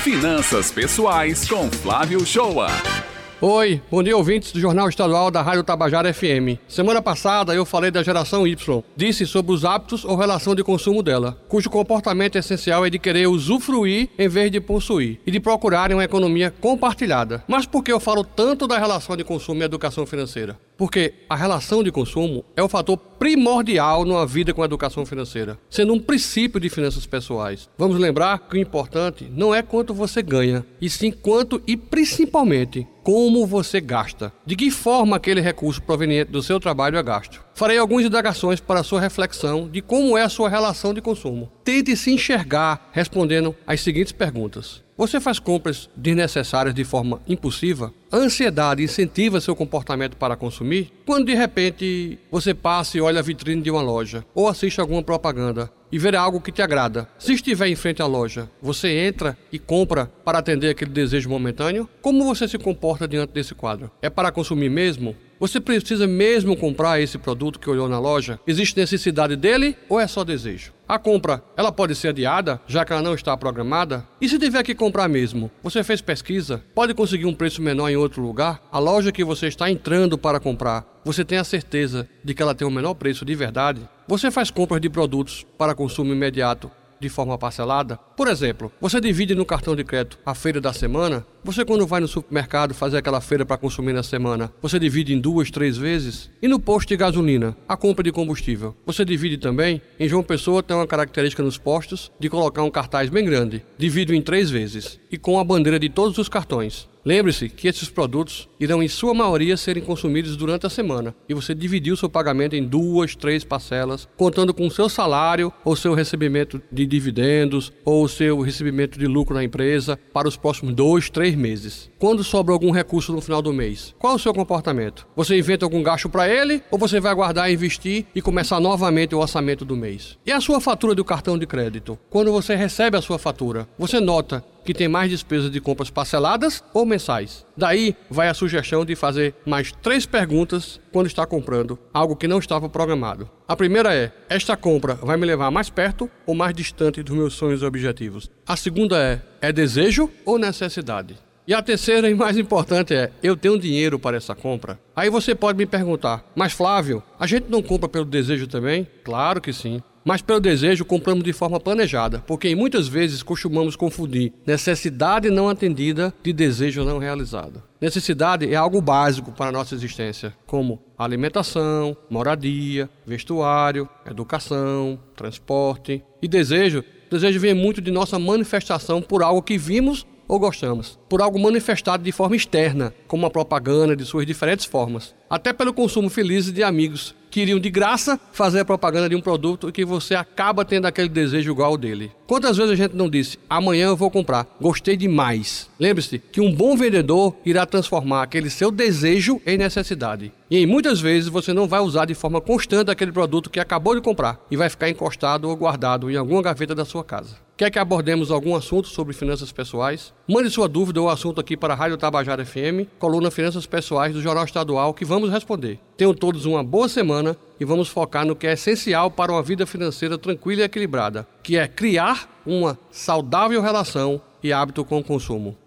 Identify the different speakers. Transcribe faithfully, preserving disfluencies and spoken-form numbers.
Speaker 1: Finanças Pessoais com Flávio Shoa.
Speaker 2: Oi, bom dia, ouvintes do Jornal Estadual da Rádio Tabajara F M. Semana passada eu falei da geração Y. Disse sobre os hábitos ou relação de consumo dela, cujo comportamento essencial é de querer usufruir em vez de possuir e de procurarem uma economia compartilhada. Mas por que eu falo tanto da relação de consumo e educação financeira? Porque a relação de consumo é o fator primordial numa vida com a educação financeira, sendo um princípio de finanças pessoais. Vamos lembrar que o importante não é quanto você ganha, e sim quanto e principalmente como você gasta. De que forma aquele recurso proveniente do seu trabalho é gasto. Farei algumas indagações para a sua reflexão de como é a sua relação de consumo. Tente se enxergar respondendo as seguintes perguntas. Você faz compras desnecessárias de forma impulsiva? A ansiedade incentiva seu comportamento para consumir? Quando de repente você passa e olha a vitrine de uma loja ou assiste alguma propaganda e ver algo que te agrada, se estiver em frente à loja, você entra e compra para atender aquele desejo momentâneo? Como você se comporta diante desse quadro? É para consumir mesmo? Você precisa mesmo comprar esse produto que olhou na loja? Existe necessidade dele ou é só desejo? A compra, ela pode ser adiada, já que ela não está programada? E se tiver que comprar mesmo? Você fez pesquisa? Pode conseguir um preço menor em outro lugar? A loja que você está entrando para comprar, você tem a certeza de que ela tem o menor preço de verdade? Você faz compras de produtos para consumo imediato de forma parcelada? Por exemplo, você divide no cartão de crédito a feira da semana? Você, quando vai no supermercado fazer aquela feira para consumir na semana, você divide em duas, três vezes? E no posto de gasolina, a compra de combustível, você divide também? Em João Pessoa tem uma característica nos postos de colocar um cartaz bem grande, divido em três vezes, e com a bandeira de todos os cartões. Lembre-se que esses produtos irão em sua maioria serem consumidos durante a semana e você dividiu seu pagamento em duas, três parcelas, contando com o seu salário ou seu recebimento de dividendos ou o seu recebimento de lucro na empresa para os próximos dois, três meses. Quando sobra algum recurso no final do mês, qual é o seu comportamento? Você inventa algum gasto para ele ou você vai guardar, investir e começar novamente o orçamento do mês? E a sua fatura do cartão de crédito? Quando você recebe a sua fatura, você nota que tem mais despesas de compras parceladas ou mensais? Daí vai a sugestão de fazer mais três perguntas quando está comprando algo que não estava programado. A primeira é: esta compra vai me levar mais perto ou mais distante dos meus sonhos e objetivos? A segunda é: é desejo ou necessidade? E a terceira e mais importante é: eu tenho dinheiro para essa compra? Aí você pode me perguntar: mas Flávio, a gente não compra pelo desejo também? Claro que sim. Mas pelo desejo compramos de forma planejada, porque muitas vezes costumamos confundir necessidade não atendida de desejo não realizado. Necessidade é algo básico para a nossa existência, como alimentação, moradia, vestuário, educação, transporte. E desejo, desejo vem muito de nossa manifestação por algo que vimos ou gostamos, por algo manifestado de forma externa, como a propaganda de suas diferentes formas, até pelo consumo feliz de amigos que iriam de graça fazer a propaganda de um produto e que você acaba tendo aquele desejo igual ao dele. Quantas vezes a gente não disse: amanhã eu vou comprar, gostei demais? Lembre-se que um bom vendedor irá transformar aquele seu desejo em necessidade. E em muitas vezes você não vai usar de forma constante aquele produto que acabou de comprar e vai ficar encostado ou guardado em alguma gaveta da sua casa. Quer que abordemos algum assunto sobre finanças pessoais? Mande sua dúvida ou assunto aqui para a Rádio Tabajara F M, coluna Finanças Pessoais do Jornal Estadual, que vamos responder. Tenham todos uma boa semana e vamos focar no que é essencial para uma vida financeira tranquila e equilibrada, que é criar uma saudável relação e hábito com o consumo.